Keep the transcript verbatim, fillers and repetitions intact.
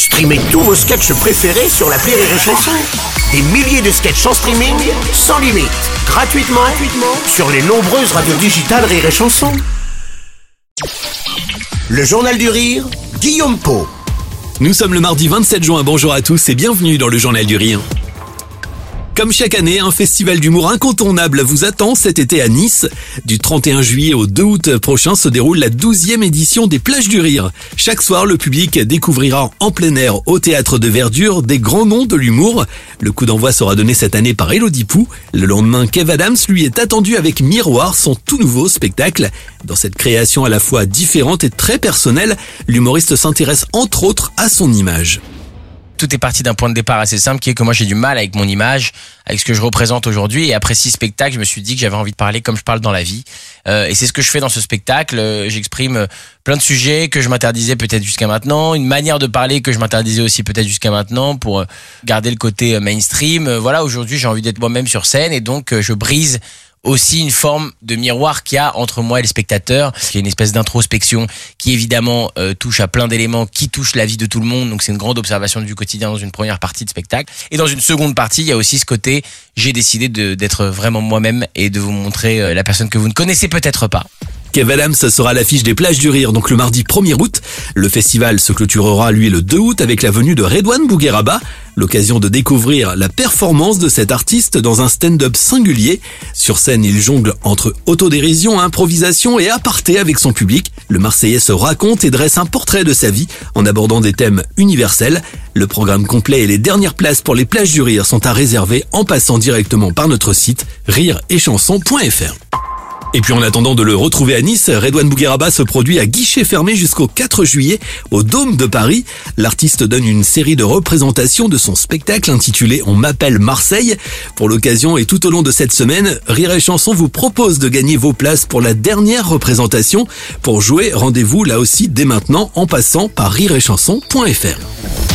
Streamez tous vos sketchs préférés sur l'appli Rire et Chanson. Des milliers de sketchs en streaming, sans limite, gratuitement, gratuitement sur les nombreuses radios digitales Rire et Chanson. Le Journal du Rire, Guillaume Pau. Nous sommes le mardi vingt-sept juin, bonjour à tous et bienvenue dans le Journal du Rire. Comme chaque année, un festival d'humour incontournable vous attend cet été à Nice. Du trente et un juillet au deux août prochain se déroule la douzième édition des Plages du Rire. Chaque soir, le public découvrira en plein air au Théâtre de Verdure des grands noms de l'humour. Le coup d'envoi sera donné cette année par Elodie Pou. Le lendemain, Kev Adams lui est attendu avec Miroir, son tout nouveau spectacle. Dans cette création à la fois différente et très personnelle, l'humoriste s'intéresse entre autres à son image. Tout est parti d'un point de départ assez simple qui est que moi j'ai du mal avec mon image, avec ce que je représente aujourd'hui, et après six spectacles je me suis dit que j'avais envie de parler comme je parle dans la vie, euh, et c'est ce que je fais dans ce spectacle. euh, j'exprime plein de sujets que je m'interdisais peut-être jusqu'à maintenant, une manière de parler que je m'interdisais aussi peut-être jusqu'à maintenant pour euh, garder le côté euh, mainstream. Euh, voilà, aujourd'hui j'ai envie d'être moi-même sur scène, et donc euh, je brise aussi une forme de miroir qu'il y a entre moi et les spectateurs. Il y a une espèce d'introspection qui évidemment euh, touche à plein d'éléments qui touchent la vie de tout le monde. Donc c'est une grande observation du quotidien dans une première partie de spectacle. Et dans une seconde partie, il y a aussi ce côté, j'ai décidé de, d'être vraiment moi-même et de vous montrer euh, la personne que vous ne connaissez peut-être pas. Kev Adams sera à l'affiche des Plages du Rire, donc le mardi premier août. Le festival se clôturera, lui, le deux août avec la venue de Redouane Bougueraba. L'occasion de découvrir la performance de cet artiste dans un stand-up singulier. Sur scène, il jongle entre autodérision, improvisation et aparté avec son public. Le Marseillais se raconte et dresse un portrait de sa vie en abordant des thèmes universels. Le programme complet et les dernières places pour les Plages du Rire sont à réserver en passant directement par notre site rire et chanson point f r. Et puis en attendant de le retrouver à Nice, Redouane Bougueraba se produit à guichet fermé jusqu'au quatre juillet au Dôme de Paris. L'artiste donne une série de représentations de son spectacle intitulé On m'appelle Marseille. Pour l'occasion et tout au long de cette semaine, Rire et Chanson vous propose de gagner vos places pour la dernière représentation. Pour jouer, rendez-vous là aussi dès maintenant en passant par rire et chanson point f r.